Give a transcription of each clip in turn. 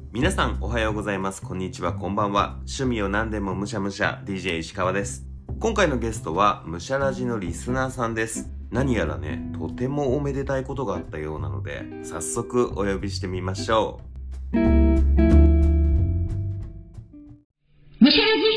皆さんおはようございます。こんにちは、こんばんは。趣味を何でもむしゃむしゃ DJ 石川です。今回のゲストはむしゃラジのリスナーさんです。何やらね、とてもおめでたいことがあったようなので、早速お呼びしてみましょう。むしゃラジ。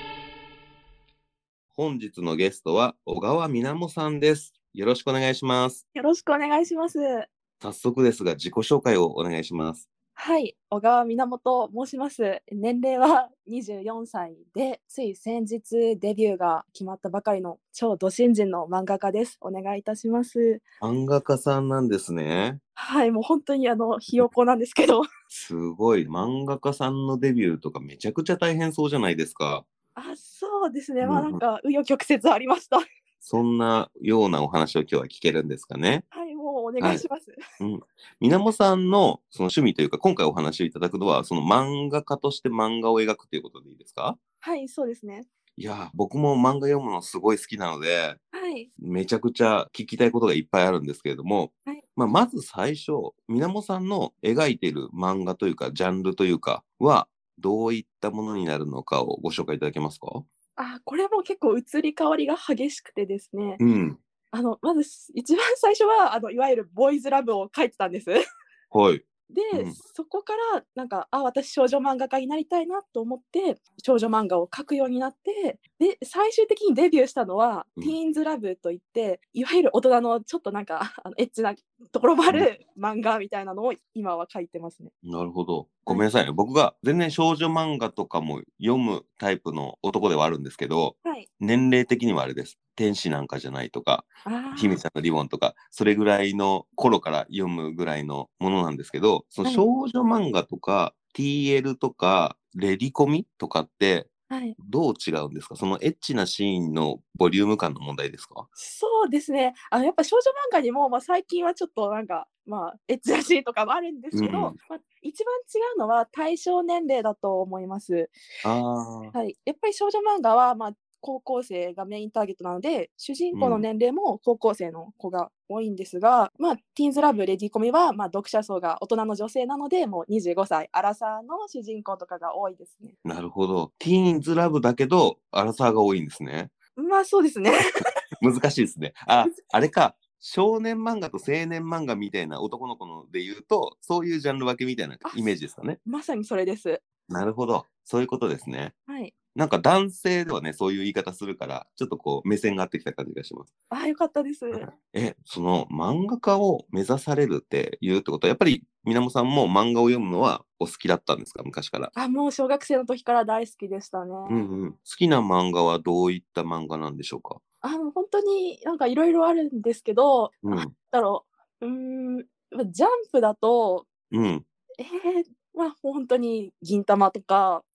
本日のゲストは小川みなもさんです。よろしくお願いします。 よろしくお願いします。 早速ですが自己紹介をお願いします。 はい、小川みなもと申します。年齢は24歳で、つい先日デビューが決まったばかりの超ド新人の漫画家です。お願いいたします。 漫画家さんなんですね。 はい、もう本当にひよこなんですけど。 すごい。漫画家さんのデビューとかめちゃくちゃ大変そうじゃないですか。 そうですね。なんか紆余曲折ありました。 そんなようなお話を今日は聞けるんですかね。 はい、もうお願いします。 みなもさんのその趣味というか、今回お話をいただくのは、その漫画家として漫画を描くということでいいですか？ はい、そうですね。 いや、僕も漫画読むのすごい好きなので、 はい。 めちゃくちゃ聞きたいことがいっぱいあるんですけれども、 はい。 まず最初、みなもさんの描いている漫画というか、ジャンルというかは、どういったものになるのかをご紹介いただけますか？ これも結構移り変わりが激しくてですね。 うん。 まず一番最初は、いわゆるボーイズラブを書いてたんです。 はい。 で、そこからなんか、私少女漫画家になりたいなと思って、少女漫画を描くようになって、で、最終的にデビューしたのは、ティーンズラブといって、いわゆる大人のちょっとなんか、エッチなところもある漫画みたいなのを今は描いてますね。 なるほど。ごめんなさいね。僕が全然少女漫画とかも読むタイプの男ではあるんですけど、 はい。 年齢的にはあれです。天使なんかじゃないとか、姫ちゃんのリボンとか、それぐらいの頃から読むぐらいのものなんですけど、その少女漫画とか、TL とか、レディコミとかって、どう違うんですか？そのエッチなシーンのボリューム感の問題ですか？ そうですね。やっぱ少女漫画にも、最近はちょっとなんか、エッチなシーンとかもあるんですけど、一番違うのは対象年齢だと思います。 ああ。 はい。やっぱり少女漫画は、高校生がメインターゲットなので、主人公の年齢も高校生の子が多いんですが、ティーンズラブ、レディコミは、読者層が大人の女性なので、もう25歳、アラサーの主人公とかが多いですね。 なるほど。ティーンズラブだけど、アラサーが多いんですね。 そうですね。 難しいですね。あれか。少年漫画と青年漫画みたいな男の子ので言うと、そういうジャンル分けみたいなイメージですかね。 まさにそれです。 なるほど。そういうことですね。 はい。 なんか男性ではね、そういう言い方するから、ちょっとこう目線が合ってきた感じがします。 よかったです。 その漫画家を目指されるっていうってことは、やっぱりみなもさんも漫画を読むのはお好きだったんですか？昔から。 もう小学生の時から大好きでしたね。 好きな漫画はどういった漫画なんでしょうか？ もう本当になんかいろいろあるんですけど、だろう、ジャンプだと、ええ、ほんとに銀魂とか、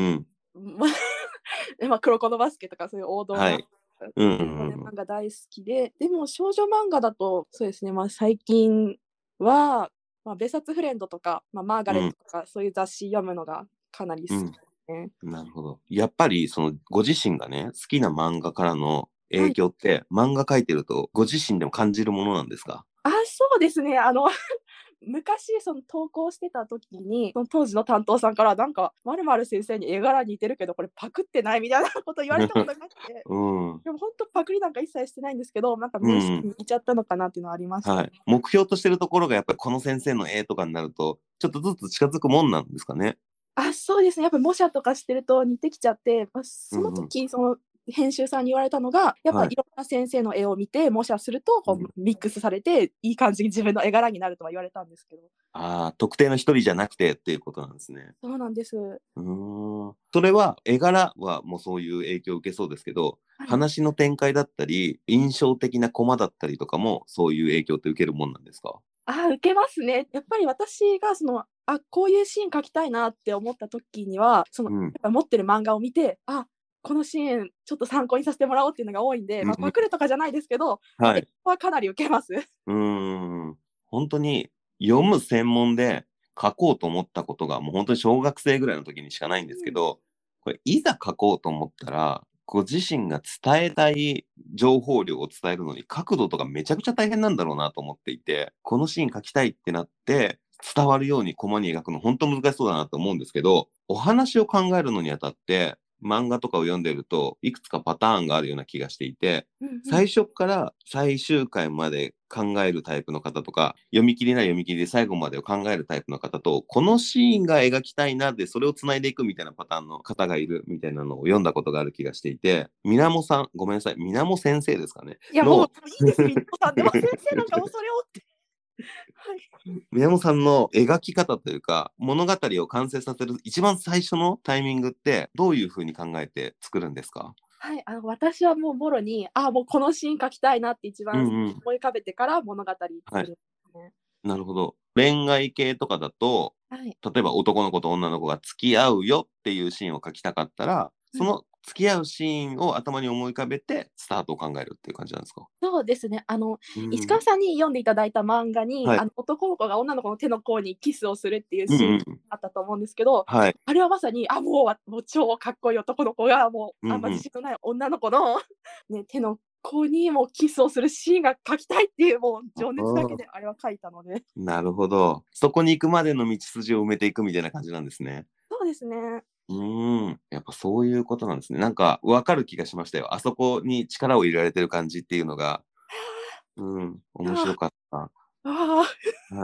黒子のバスケとかそういう王道な少年漫画大好きで、でも少女漫画だと、そうですね、最近は、別冊フレンドとか、マーガレットとか、そういう雑誌読むのがかなり好きですね。 なるほど。やっぱりそのご自身がね、好きな漫画からの影響って、漫画描いてるとご自身でも感じるものなんですか？ そうですね。昔その投稿してた時に、その当時の担当さんからなんか「〇〇先生に絵柄似てるけど、これパクってない？」みたいなこと言われたことがあって、でもほんとパクリなんか一切してないんですけど、なんか無意識に似ちゃったのかなっていうのはありました。 目標としてるところがやっぱりこの先生の絵とかになると、ちょっとずつ近づくもんなんですかね？ そうですね、やっぱ模写とかしてると似てきちゃって、その時、その編集さんに言われたのが、やっぱいろんな先生の絵を見て模写すると、こうミックスされて、いい感じに自分の絵柄になるとは言われたんですけど。 特定の一人じゃなくてっていうことなんですね。 そうなんです。 それは絵柄はもうそういう影響を受けそうですけど、話の展開だったり、印象的なコマだったりとかも、そういう影響って受けるもんなんですか？ 受けますね。やっぱり私がこういうシーン描きたいなって思った時には、やっぱ持ってる漫画を見て、このシーンちょっと参考にさせてもらおうっていうのが多いんで、パクるとかじゃないですけど、影響はかなり受けます。 本当に読む専門で書こうと思ったことが、もう本当に小学生ぐらいの時にしかないんですけど、これいざ書こうと思ったら、ご自身が伝えたい情報量を伝えるのに角度とかめちゃくちゃ大変なんだろうなと思っていて、このシーン書きたいってなって、 伝わるようにコマに描くの本当難しそうだなと思うんですけど、お話を考えるのにあたって漫画とかを読んでるといくつかパターンがあるような気がしていて、最初から最終回まで考えるタイプの方とか、読み切りなら読み切りで最後までを考えるタイプの方と、このシーンが描きたいなでそれをつないでいくみたいなパターンの方がいるみたいなのを読んだことがある気がしていて、みなもさん、ごめんなさい、みなも先生ですかね。 いや、もういいです、みなもさん。でも先生なんか恐れ多って。 はい、宮本さんの描き方というか物語を完成させる一番最初のタイミングってどういうふうに考えて作るんですか？ はい、私はもうもろにもうこのシーン描きたいなって一番思い浮かべてから物語作るんですね。 はい、なるほど。恋愛系とかだと、 はい、 例えば男の子と女の子が付き合うよっていうシーンを描きたかったら、その付き合うシーンを頭に思い浮かべてスタートを考えるっていう感じなんですか？ そうですね。石川さんに読んでいただいた漫画に、 はい、 男の子が女の子の手の甲にキスをするっていうシーンあったと思うんですけど、 はい、 あれはまさに、もう超かっこいい男の子が、もうあんま自信のない女の子のね、手の甲にもうキスをするシーンが描きたいっていう、もう情熱だけであれは描いたので。 なるほど。そこに行くまでの道筋を埋めていくみたいな感じなんですね。 そうですね。 やっぱそういうことなんですね。なんか分かる気がしましたよ。あそこに力を入れられてる感じっていうのが、面白かった。はい。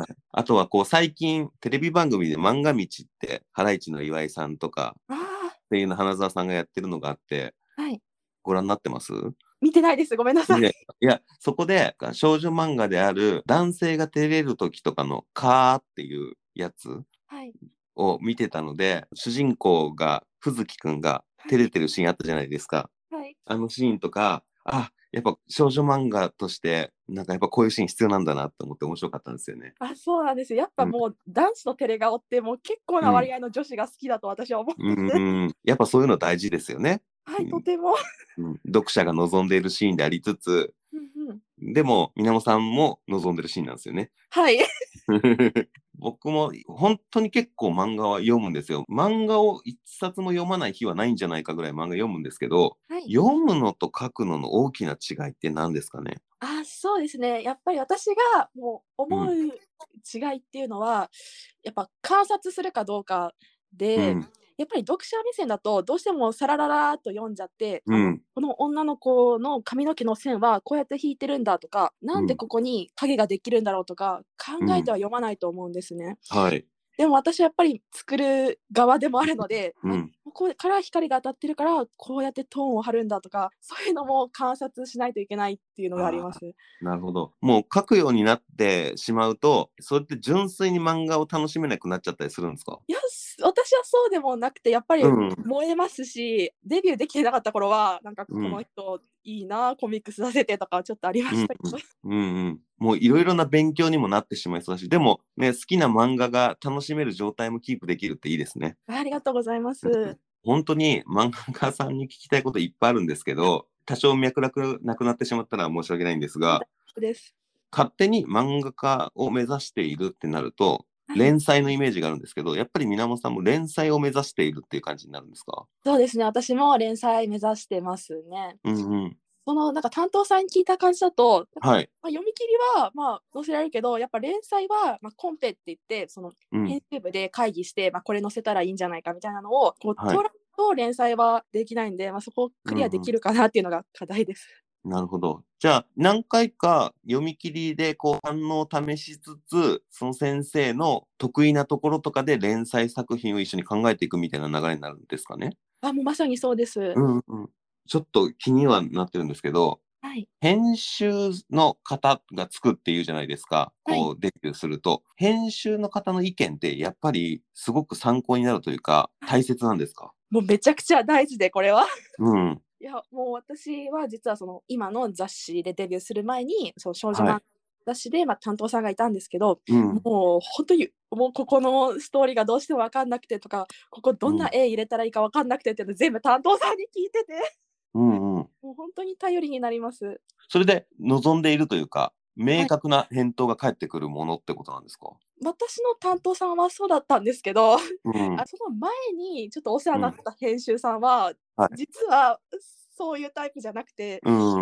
あとはこう最近テレビ番組で漫画道ってハライチの岩井さんとかっていうの花澤さんがやってるのがあって、 はい。 ご覧になってます？ 見てないです。ごめんなさい。 いや、そこで少女漫画である男性が照れる時とかのカーっていうやつを見てたので、主人公が藤木くんが照れてるシーンあったじゃないですか。 はい。 あのシーンとか、やっぱ少女漫画として、なんかやっぱこういうシーン必要なんだなって思って面白かったんですよね。 そうなんですよ。やっぱもう男子の照れ顔ってもう結構な割合の女子が好きだと私は思っていて。 やっぱそういうの大事ですよね。 はい、とても。 読者が望んでいるシーンでありつつ、でも、みなもさんも望んでるシーンなんですよね。 はい。 僕も本当に結構漫画は読むんですよ。漫画を一冊も読まない日はないんじゃないかぐらい漫画読むんですけど、読むのと書くのの大きな違いって何ですかね？ そうですね。やっぱり私がもう思う違いっていうのは、やっぱ観察するかどうかで、やっぱり読者目線だとどうしてもサラララーっと読んじゃって、この女の子の髪の毛の線はこうやって引いてるんだとか、なんでここに影ができるんだろうとか考えては読まないと思うんですね。 はい。 でも私はやっぱり作る側でもあるので、ここから光が当たってるから、こうやってトーンを張るんだとか、そういうのも観察しないといけないっていうのがあります。 なるほど。もう書くようになってしまうと、それって純粋に漫画を楽しめなくなっちゃったりするんですか？ いや、私はそうでもなくて、やっぱり燃えますし、デビューできてなかった頃は、なんかこの人いいな、コミックス出せてとかちょっとありましたけど。 もういろいろな勉強にもなってしまいそうだし、でもね、好きな漫画が楽しめる状態もキープできるっていいですね。 ありがとうございます。 本当に漫画家さんに聞きたいこといっぱいあるんですけど、多少脈絡なくなってしまったら申し訳ないんですが、勝手に漫画家を目指しているってなると、連載のイメージがあるんですけど、やっぱり源さんも連載を目指しているっていう感じになるんですか？ そうですね、私も連載目指してますね。そのなんか担当さんに聞いた感じだと、読み切りは載せられるけど、やっぱ連載はコンペって言って、その編集部で会議して、これ載せたらいいんじゃないかみたいなのを通らないと連載はできないんで、そこをクリアできるかなっていうのが課題です。 なるほど。じゃあ何回か読み切りでこう反応を試しつつ、その先生の得意なところとかで連載作品を一緒に考えていくみたいな流れになるんですかね？ もうまさにそうです。 ちょっと気にはなってるんですけど、編集の方がつくっていうじゃないですか。こうデビューすると。編集の方の意見ってやっぱりすごく参考になるというか、大切なんですか？ もうめちゃくちゃ大事で、これは。 うん。 いや、もう私は実はその今の雑誌でデビューする前に、その少女漫画雑誌で、担当さんがいたんですけど、もう本当に、もうここのストーリーがどうしても分かんなくてとか、ここどんな絵入れたらいいか分かんなくてっていうの全部担当さんに聞いてて、もう本当に頼りになります。 それで望んでいるというか、明確な返答が返ってくるものってことなんですか？ 私の担当さんはそうだったんですけど、その前にちょっとお世話になった編集さんは、実はそういうタイプじゃなくて、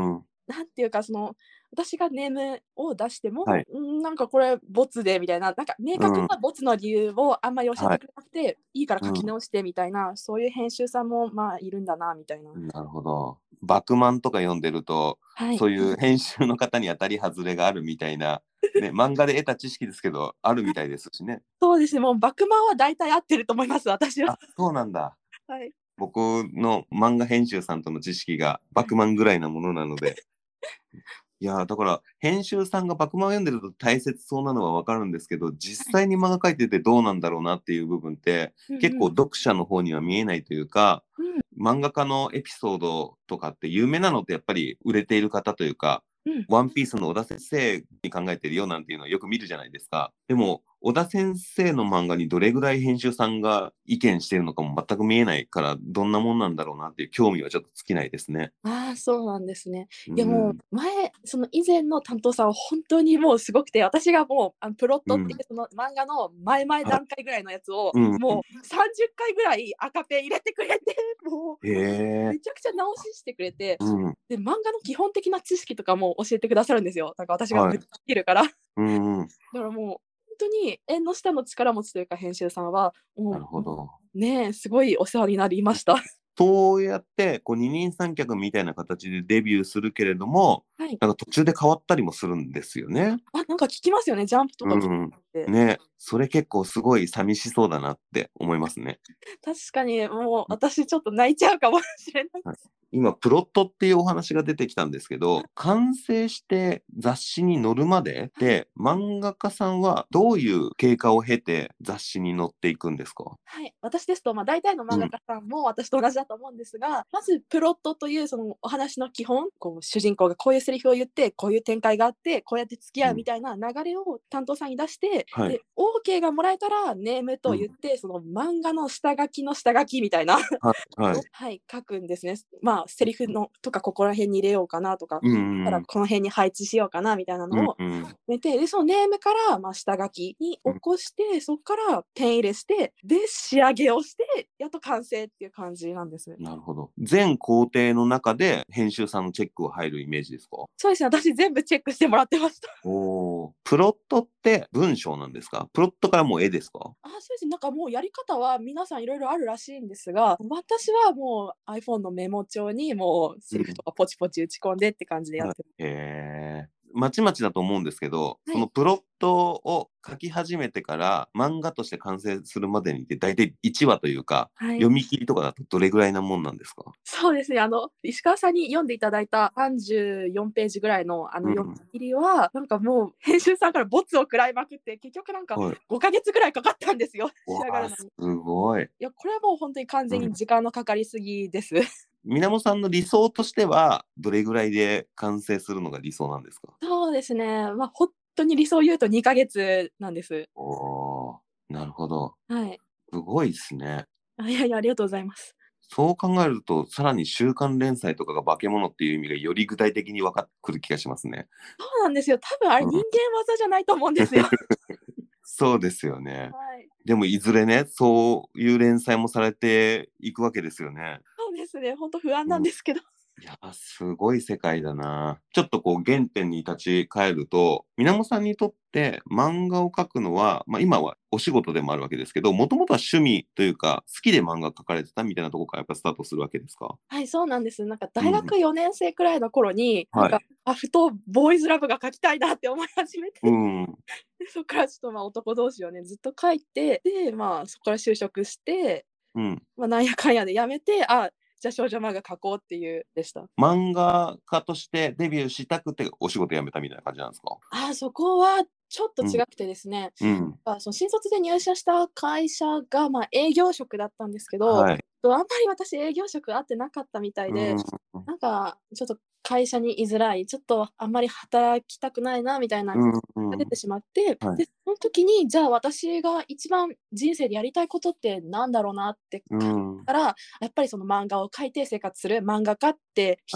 なんていうか、私がネームを出しても、 はい。 なんかこれボツでみたいな、なんか明確うん。 なボツの理由をあんまり教えはい。 てくれなくて、いいから書うん。 き直してみたいな、そういう編集さんも、まあ、いるんだなみたいな。 なるほど。バクマンとか読んでると、 はい。 そういう編集の方に当たり外れがあるみたいな、ね、漫画で得た知識ですけど、あるみたいですしね。 そうですね、もうバクマンは大体合ってると思います、私は。 あ、そうなんだ。 はい。 僕の漫画編集さんとの知識がバクマンぐらいなものなので、いやー、だから編集さんがバクマンを読んでると大切そうなのはわかるんですけど、実際に漫画描いててどうなんだろうなっていう部分って、結構うんうん。 読者の方には見えないというか、 うん、 漫画家のエピソードとかって有名なのってやっぱり売れている方というか、 うん。 ワンピースの小田先生に考えてるよなんていうのをよく見るじゃないですか。でも、小田先生の漫画にどれぐらい編集さんが意見してるのかも全く見えないから、どんなもんなんだろうなっていう興味はちょっと尽きないですね。 ああ、そうなんですね。いやもう、 うん。 以前の担当さんは本当にもうすごくて、私がもう、プロットうん。 っていうその漫画の前々 はい。 段階ぐらいのやつを、 うん。 もう30回ぐらい赤ペン入れてくれて、もへうえ。 めちゃくちゃ直ししてくれて、 うん。 で、漫画の基本的な知識とかも教えてくださるんですよ。なんか私がぶっはい。 ちぎるから。だうんうん。 からもう、本当に縁の下の力持ちというか、編集さんは、 なるもう、 ほど。 ねえ、すごいお世話になりました。 そうやって、こう二人三脚みたいな形でデビューするけれども、 はい。 なんか途中で変わったりもするんですよね。 なんか聞きますよね、ジャンプとか聞いうん。 て。 ね、それ結構すごい寂しそうだなって思いますね。 確かにもう私ちょっと泣いちゃうかもしれない。 はい、今プロットっていうお話が出てきたんですけど、完成して雑誌に載るまではい。 で、漫画家さんはどういう経過を経て雑誌に載っていくんですか？ はい、私ですと、大体の漫うん、 画家さんも私と同じだと思うんですが、まずプロットというそのお話の基本、こう主人公がこういうセリフを言って、こういう展開があって、こうやって付きうん。 合うみたいな流れを担当さんに出して、 はい。 で、オーケーがもらえたらネームとうん。 言って、その漫画の下書きの下書きみたいなはいはい。 はい、書くんですね。セリフのとかここら辺に入れようかなとか、 うんうんうん。 たらこの辺に配置しようかなみたいなうんのをうん。 決めて、で、そのネームから、下書きに起うん。 こして、そこからペン入れして、で、仕上げをして、やっと完成っていう感じなんです。 なるほど。全工程の中で編集さんのチェックは入るイメージですか？ そうですね、私全部チェックしてもらってました。 おお。プロットって文章なんですか？プロットからもう絵ですか？ そうですね、なんかもうやり方は皆さんいろいろあるらしいんですが、私はもう iPhone のメモ帳にもうセリフうん。 とかポチポチ打ち込んでって感じでやっはい。 てます。 へえ。まちまちだと思うんですけど、 はい。 そのプロットを書き始めてから漫画として完成するまでにって大体1話というか、 はい。 読み切りとかだとどれぐらいなもんなんですか？ そうですね、石川さんに読んでいただいた34ページぐらいの読みうん。 切りは、なんかもう編集さんからボツを食らいまくって、結局なんかはい。 5ヶ月ぐらいかかったんですよ、仕わあ、す上がるのに。 ごい。 いや、これはもうほんとに完うん。 全に時間のかかりすぎです。 みなもさんの理想としては、どれぐらいで完成するのが理想なんですか？ そうですね、ほんとに理想を言うと2ヶ月なんです。 おお、なるほど。 はい。 すごいですね。 いやいや、ありがとうございます。 そう考えると、さらに週刊連載とかが化け物っていう意味がより具体的に分かってくる気がしますね。 そうなんですよ。多分あれうん。 人間技じゃないと思うんですよ。 そうですよね。 はい。 でもいずれね、そういう連載もされていくわけですよね。 そうですね、ほんと不安うん。 なんですけど。 いや、すごい世界だな。ちょっとこう原点に立ち返ると、みなもさんにとって漫画を描くのは、今はお仕事でもあるわけですけど、もともとは趣味というか、好きで漫画描かれてたみたいなところからやっぱスタートするわけですか？ はい、そうなんです。なんかうん。 大学4年生くらいの頃に、なんか、 はい。 ふとボーイズラブが書きたいなって思い始めて、 うん。 で、そっからちょっと、男同士をね、ずっと書いて、で、そこから就職して、 うん。 なんやかんやで辞めて、じゃあ少女漫画描こうっていうでした。 漫画家としてデビューしたくてお仕事辞めたみたいな感じなんですか？ そこはちょっとうん。 違くてですね、 うん。 その新卒で入社した会社が、営業職だったんですけど、 はい。 あんまり私営業職合ってなかったみたいで、 うん。 なんかちょっと会社に居づらい、ちょっとあんまり働きたくないなみたいなうん、うん。 が出てしまって、 はい。 で、その時に、じゃあ私が一番人生でやりたいことってなんだろうなって考うん。 えたら、やっぱりその漫画を描いて生活する漫画家ってはい。 人に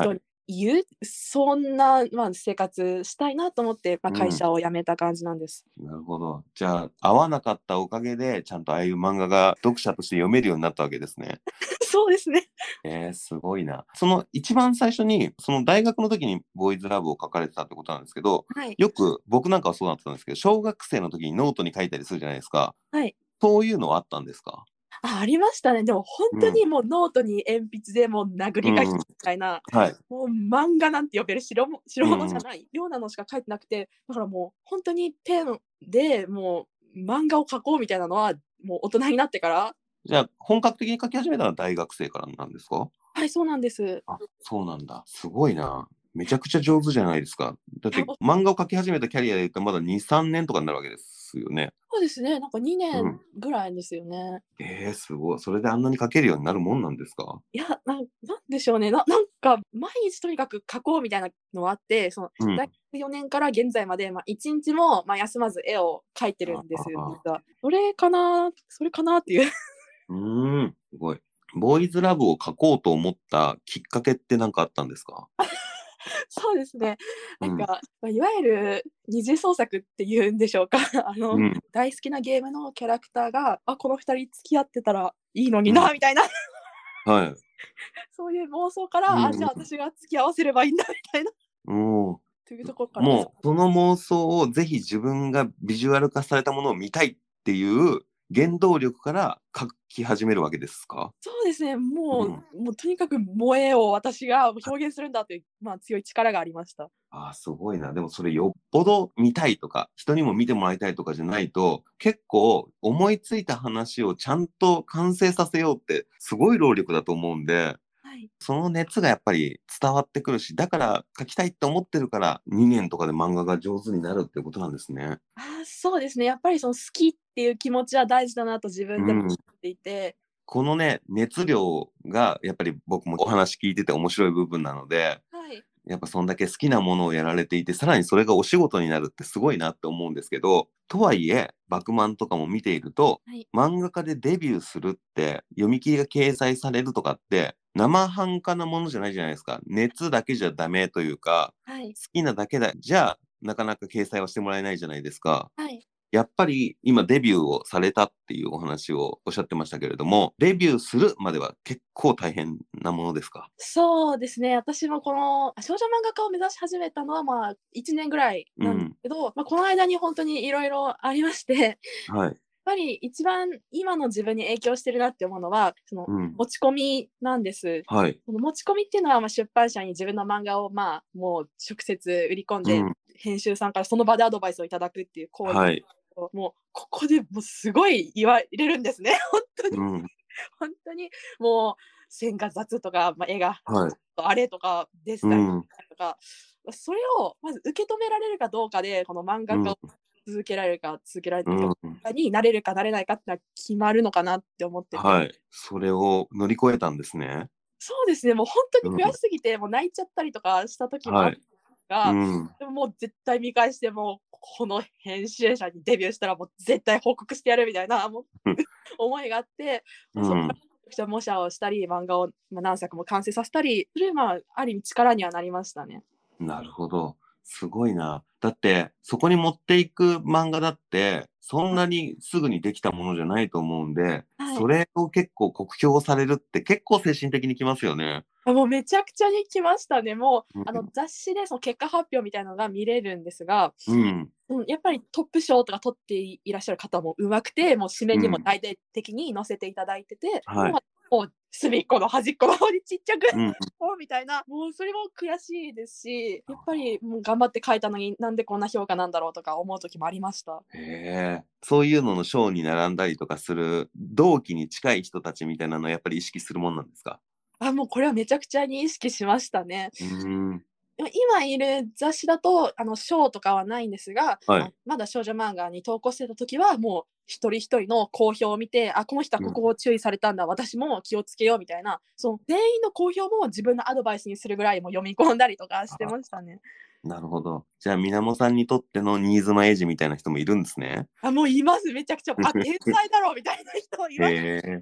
いうそんな、生活したいなと思って、会社を辞めた感じなんです。 なるほど。じゃあ合わなかったおかげでちゃんとああいう漫画が読者として読めるようになったわけですね。 そうですね。 すごいな。その一番最初にその大学の時にボーイズラブを書かれてたってことなんですけど、 はい。 よく僕なんかはそうだったんですけど、小学生の時にノートに書いたりするじゃないですか。 はい。 そういうのはあったんですか？ ありましたね。でも本当にもうノートに鉛筆でもう殴り書きみたいな、 はい。 もう漫画なんて呼べる代物じゃうん。 ないようなのしか書いてなくて、だからもう本当にペンでもう漫画を描こうみたいなのは、もう大人になってから。 じゃあ本格的に書き始めたのは大学生からなんですか？ はい、そうなんです。 そうなんだ。すごいな。めちゃくちゃ上手じゃないですか。だってもう漫画を描き始めたキャリアで言ったらまだ2、3年とかになるわけですよね。 そうですね、なんか2年うん。 ぐらいですよね。 すごい。それであんなに描けるようになるもんなんですか？ いや、なんでしょうね、なんか毎日とにかく書こうみたいなのはあって、そのうん。 大学4年から現在まで、1日も、休まず絵を描いてるんですよ、実は。それかなっていう。 すごい。ボーイズラブを書こうと思ったきっかけって何かあったんですか？ そうですね。 うん。 いわゆる二次創作っていうんでしょうか。 うん。 大好きなゲームのキャラクターが、この2人付き合ってたらいいのにうん。 なみたいな、 はい。 そういう妄想から、じゃあうん。 私が付き合わせればいいんだみたいな、 おー。 というところから始まもう、その妄想をぜひ自分がビジュアル化されたものを見たいっていう原動力から書き始めるわけですか？ そうですね、もううん。 もうとにかく萌えを私が表現するんだという、強い力がありました。 すごいな。でもそれよっぽど見たいとか、人にも見てもらいたいとかじゃないと、結構思いついた話をちゃんと完成させようってすごい労力だと思うんで、 はい。 その熱がやっぱり伝わってくるし、だから書きたいって思ってるから2年とかで漫画が上手になるってことなんですね。 そうですね、やっぱりその好きっていう気持ちは大事だなと自分でも思うん。 っていて。 このね、熱量がやっぱり僕もお話聞いてて面白い部分なので、 はい。 やっぱそんだけ好きなものをやられていて、さらにそれがお仕事になるってすごいなって思うんですけど、とはいえ、バクマンとかも見ていると、 はい。 漫画家でデビューするって、読み切りが掲載されるとかって、生半可なものじゃないじゃないですか。熱だけじゃダメというか、 はい。 好きなだけだ、じゃあ、なかなか掲載はしてもらえないじゃないですか。 はい。 やっぱり今デビューをされたっていうお話をおっしゃってましたけれども、デビューするまでは結構大変なものですか？ そうですね、私もこの少女漫画家を目指し始めたのは、1年ぐらいなんですうん。 けど、この間にほんとに色々ありまして、やっはい。 ぱり一番今の自分に影響してるなって思うのは、そのうん。 持ち込みなんです。 はい。 その持ち込みっていうのは、出版社に自分の漫画を、もう直接売り込んで、 うん。 編集さんからその場でアドバイスをいただくっていう行為なんはい。 を、もうここでもうすごい言われるんですね。ほんとに。 うん。 ほんとにもう線が雑とか、絵がはい。 あれとか、デッサンうん。 とか、それをまず受け止められるかどうかで、この漫画家をうん。 続けられるか続けられないかうん。 になれるかなれないかってのは決まるのかなって思ってて。 はい。それを乗り越えたんですね。 そうですね、もうほんとにうん。 悔しすぎて、もう泣いちゃったりとかした時もあっはい。うが、 ん。 でももう絶対見返して、もうこの編集者にデビューしたらもう絶対報告してやるみたいな、もう思いがあって、もうそっからうん。 めちゃくちゃ模写をしたり、漫画を、何作も完成させたりする、ある意味力にはなりましたね。 なるほど。すごいな。だって、そこに持っていく漫画だって、そんなにすぐにできたものじゃないと思うんで、 はい。 それを結構酷評されるって結構精神的にきますよね。 もうめちゃくちゃに来ましたね。もう、 うん。 雑誌でその結果発表みたいなのが見れるんですが、 うん。 やっぱりトップ賞とか取っていらっしゃる方も上手くて、もう紙面にもうん。 大々的に載せていただいてて、 はい。 もう隅っこの端っこの方にちっちゃくうん。 こうみたいな、もうそれも悔しいですし、やっぱりもう頑張って書いたのに、なんでこんな評価なんだろうとか思う時もありました。 へえ。そういうのの賞に並んだりとかする、同期に近い人たちみたいなのはやっぱり意識するもんなんですか？ もうこれはめちゃくちゃに意識しましたね。 うーん。 今いる雑誌だと、賞とかはないんですが、 はい。 まだ少女漫画に投稿してた時は、もう一人一人の好評を見て、この人はうん。 ここを注意されたんだ、私も気をつけようみたいな、その全員の好評も自分のアドバイスにするぐらいも読み込んだりとかしてましたね。 なるほど。じゃあ、みなもさんにとっての新妻英治みたいな人もいるんですね。 もういます。めちゃくちゃ、天才だろみたいな人います。 へえ。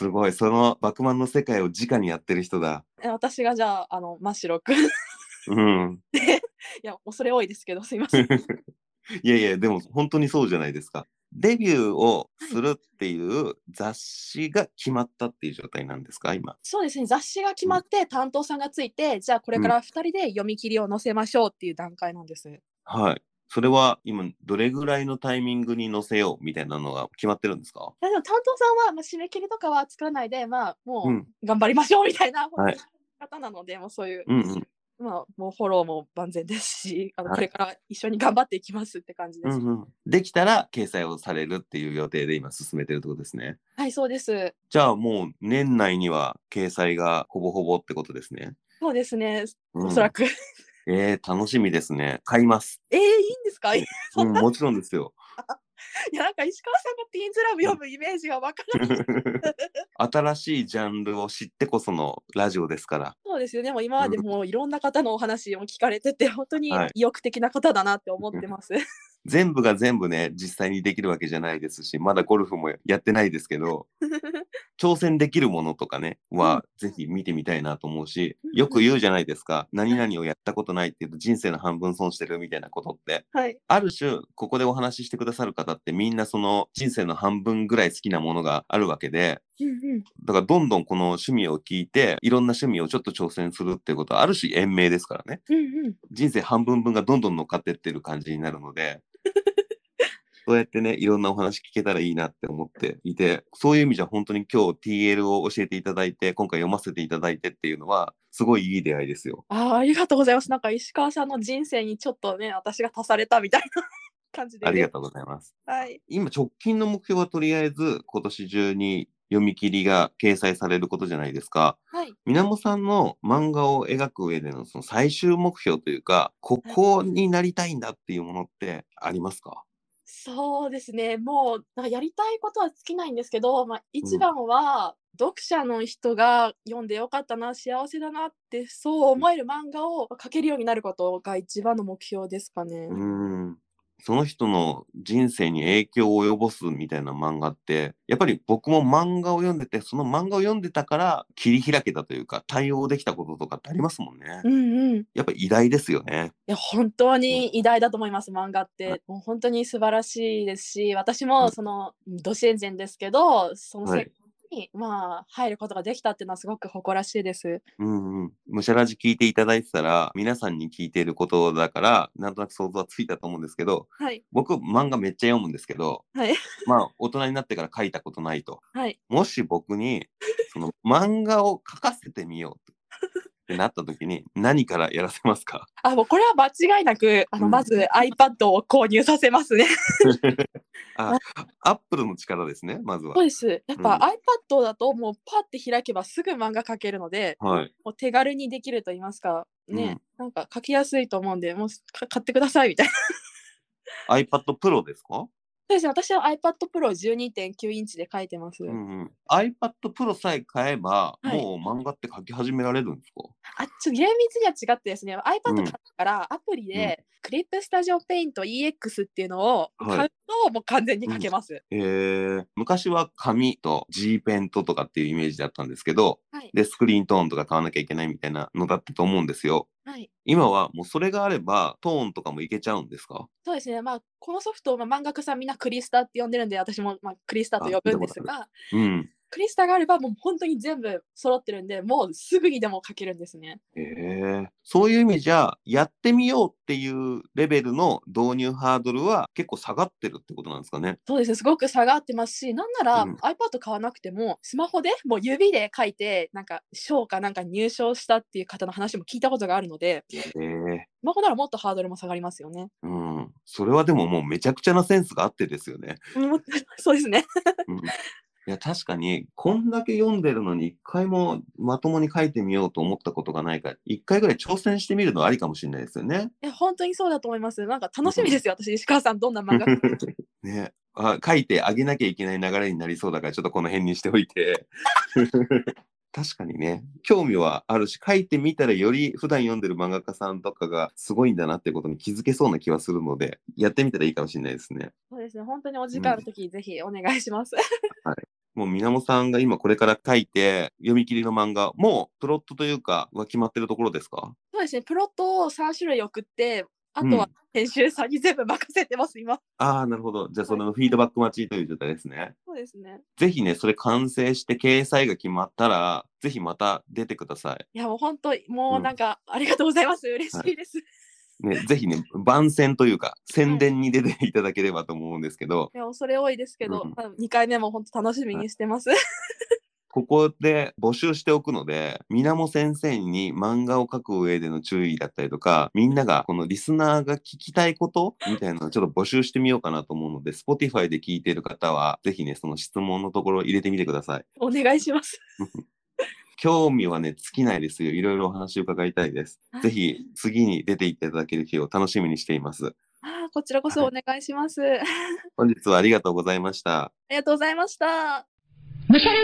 すごい、そのバクマンの世界を直にやってる人だ。 私がじゃあ、真白くうん。 で、いや、恐れ多いですけど、すいません。 いやいや、でも本当にそうじゃないですか。デビューをはい。 するっていう雑誌が決まったっていう状態なんですか、今。 そうですね、雑誌が決うん。 まって担当さんがついて、じゃあこれうん。 から2人で読み切りを載せましょうっていう段階なんです。 はい。それは今どれぐらいのタイミングに載せようみたいなのが決まってるんですか？ いやでも担当さんは、締め切りとかは作らないで、もうん。 う頑張りましょうみたいな、本当にはい。 方なので、もうそういう、 うんうん。 もうフォローも万全ですし、こはい。 れから一緒に頑張っていきますって感じです。 うんうん。できたら掲載をされるっていう予定で今進めてるってことですね。 はい、そうです。 じゃあもう年内には掲載がほぼほぼってことですね。 そうですね、 うん。 おそらく。 楽しみですね。買います。 いいんですか？そんな、 うん、もちろんですよ。 いや、なんか石川さんがティーンズラブうん。 読むイメージがわからない。 新しいジャンルを知ってこそのラジオですから。 そうですよね、もう今まうん。 でもういろんな方のお話も聞かれてて、本当にはい。 意欲的な方だなって思ってます。 全部が全部ね、実際にできるわけじゃないですし、まだゴルフもやってないですけど、挑戦できるものとかね、 うん。 はぜひ見てみたいなと思うし、 うんうん。 よく言うじゃないですか。何はい。 々をやったことないって言うと人生の半分損してるみたいなことって。 はい。 ある種、ここでお話ししてくださる方ってみんなその人生の半分ぐらい好きなものがあるわけで、 うんうん。 だからどんどんこの趣味を聞いて、いろんな趣味をちょっと挑戦するっていうことはある種延命ですからね。 うんうん。 人生半分分がどんどん乗っかってってる感じになるので、そうやってね、いろんなお話聞けたらいいなって思っていて、そういう意味じゃ本当に今日 TL を教えていただいて、今回読ませていただいてっていうのは、すごいいい出会いですよ。 ありがとうございます。なんか石川さんの人生にちょっとね、私が足されたみたいな感じでありがとうございます。 はい。 今直近の目標はとりあえず今年中に読み切りが掲載されることじゃないですか。 はい。 みなもさんの漫画を描く上でのその最終目標というか、こはい。 こになりたいんだっていうものってありますか？ そうですね、もうなんかやりたいことは尽きないんですけど、一うん。 番は読者の人が読んでよかったな、幸せだなってそう思える漫画を描けるようになることが一番の目標ですかね。 うーん。その人の人生に影響を及ぼすみたいな漫画って、やっぱり僕も漫画を読んでて、その漫画を読んでたから切り開けたというか、対応できたこととかってありますもんね。 うんうん。 やっぱ偉大ですよね。 いや、本当うん。 に偉大だと思います、漫画っはい。 て。もう本当に素晴らしいですし、私うん。 もど新人ですけど、その世界はい。 に、入ることができたっていうのはすごく誇らしいです。 うんうん。むしゃらじ聞いていただいてたら、皆さんに聞いていることだから、なんとなく想像はついたと思うんですけど、 はい。 僕、漫画めっちゃ読むんですけど、 はい。 大人になってから書いたことないと。 はい。 もし僕に、その漫画を書かせてみようってなった時に、何からやらせますか？ もうこれは間違いなく、 うん。 まず iPad を購入させますね。 あ、 あ、 アップルの力ですね、まずは。 そうです。やっぱうん。 iPad だともうパッて開けばすぐ漫画描けるので、 はい。 もう手軽にできると言いますか、ね、 うん。 なんか描きやすいと思うんで、もう買ってくださいみたいな。 iPad Pro ですか？ そうですね、私は iPad Pro 12.9インチで描いてます。 うんうん。iPad Pro さえ買えば、 はい。 もう漫画って書き始められるんですか？ 厳密には違ってですね、 う iPad 買っん。 たからアプリうん。 でクリップスタジオペイント EX っていうのをはい。 買うと、もう完全にうん。 描けます。 昔は紙と G ペンとかっていうイメージだったんですけど、 はい。 で、スクリーントーンとか買わなきゃいけないみたいなのだったと思うんですよ。 はい。 今はもうそれがあれば、トーンとかもいけちゃうんですか？ そうですね、このソフトを、漫画家さんみんなクリスタって呼んでるんで、私も、クリスタとあ、 呼ぶん聞いたことある。 ですが、 うん。 クリスタがあればもう本当に全部揃ってるんで、もうすぐにでも描けるんですね。 そういう意味じゃ、やってみようっていうレベルの導入ハードルは結構下がってるってことなんですかね。 そうですね、すごく差があってますし、なんならうん。 iPad 買わなくても、スマホでもう指で書いて、なんか賞かなんか入賞したっていう方の話も聞いたことがあるので、 ええ。 スマホならもっとハードルも下がりますよね。 うん。それはでももうめちゃくちゃなセンスがあってですよね。 うん、そうですね。 うん。いや、確かに、こんだけ読んでるのに一回もまともに書いてみようと思ったことがないから、一回ぐらい挑戦してみるのはありかもしれないですよね。 本当にそうだと思います。なんかうん。 楽しみですよ、私、石川さんどんな漫画ね。書いてあげなきゃいけない流れになりそうだから、ちょっとこの辺にしておいて。確かにね、興味はあるし、書いてみたらより普段読んでる漫画家さんとかがすごいんだなってことに気づけそうな気はするので、やってみたらいいかもしれないですね。 そうですね、本当にお時間あるうん。 時ぜひお願いします。 はい。 もう水面さんが今これから書いて読み切りの漫画、もうプロットというかは決まってるところですか？ そうですね、プロットを3種類送って、あとは編集さんに全部任せてます、今。 ああ、なるほど。じゃあそのフィードバック待ちという状態ですね。 そうですね。 ぜひね、それ完成して掲載が決まったら、ぜひまた出てください。 いや、もう本当、もうなんか、ありがとうございます。嬉しいです。 ね、ぜひね、番宣というか、宣伝に出ていただければと思うんですけど、 いや、恐れ多いですけど、2回目も本当楽しみにしてます。 ここで募集しておくので、みなも先生に漫画を描く上での注意だったりとか、みんながこのリスナーが聞きたいことみたいなのをちょっと募集してみようかなと思うので、Spotify で聞いている方は、ぜひね、その質問のところを入れてみてください。 お願いします。 興味はね、尽きないですよ。いろいろお話を伺いたいです。ぜひ、次に出ていただける日を楽しみにしています。 こちらこそお願いします。 本日はありがとうございました。 ありがとうございました。 むしゃら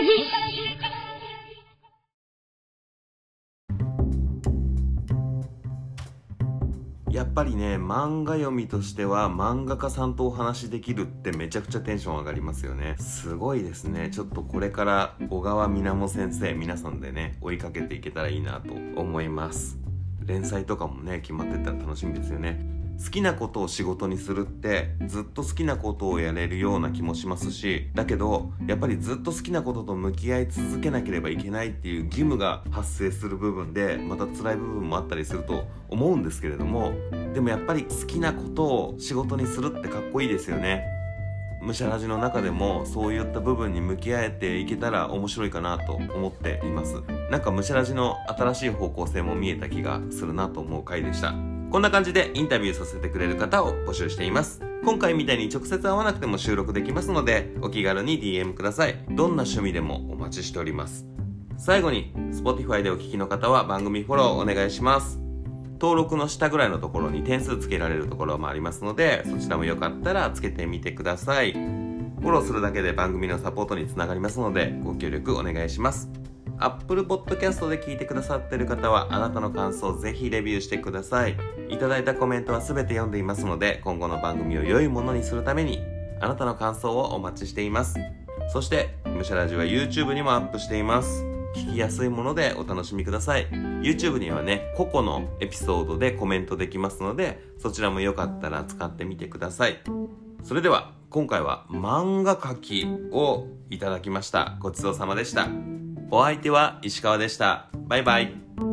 じやっぱりね、漫画読みとしては漫画家さんとお話できるってめちゃくちゃテンション上がりますよね。すごいですね。ちょっとこれから小川みなも先生皆さんでね追いかけていけたらいいなと思います。連載とかもね決まってったら楽しみですよね。好きなことを仕事にするってずっと好きなことをやれるような気もしますし、だけどやっぱりずっと好きなことと向き合い続けなければいけないっていう義務が発生する部分でまた辛い部分もあったりすると思うんですけれども、でもやっぱり好きなことを仕事にするってかっこいいですよね。むしゃらじの中でもそういった部分に向き合えていけたら面白いかなと思っています。なんかむしゃらじの新しい方向性も見えた気がするなと思う回でした。こんな感じでインタビューさせてくれる方を募集しています。今回みたいに直接会わなくても収録できますのでお気軽に DM ください。どんな趣味でもお待ちしております。最後に Spotify でお聞きの方は番組フォローお願いします。登録の下ぐらいのところに点数つけられるところもありますので、そちらもよかったらつけてみてください。フォローするだけで番組のサポートにつながりますのでご協力お願いします。Apple Podcast で聞いてくださっている方はあなたの感想をぜひレビューしてください。いただいたコメントは全て読んでいますので、今後の番組を良いものにするためにあなたの感想をお待ちしています。そしてむしゃらじは YouTube にもアップしています。聞きやすいものでお楽しみください。 YouTube にはね個々のエピソードでコメントできますので、そちらもよかったら使ってみてください。それでは今回は漫画描きをいただきました。ごちそうさまでした。お相手は石川でした。バイバイ。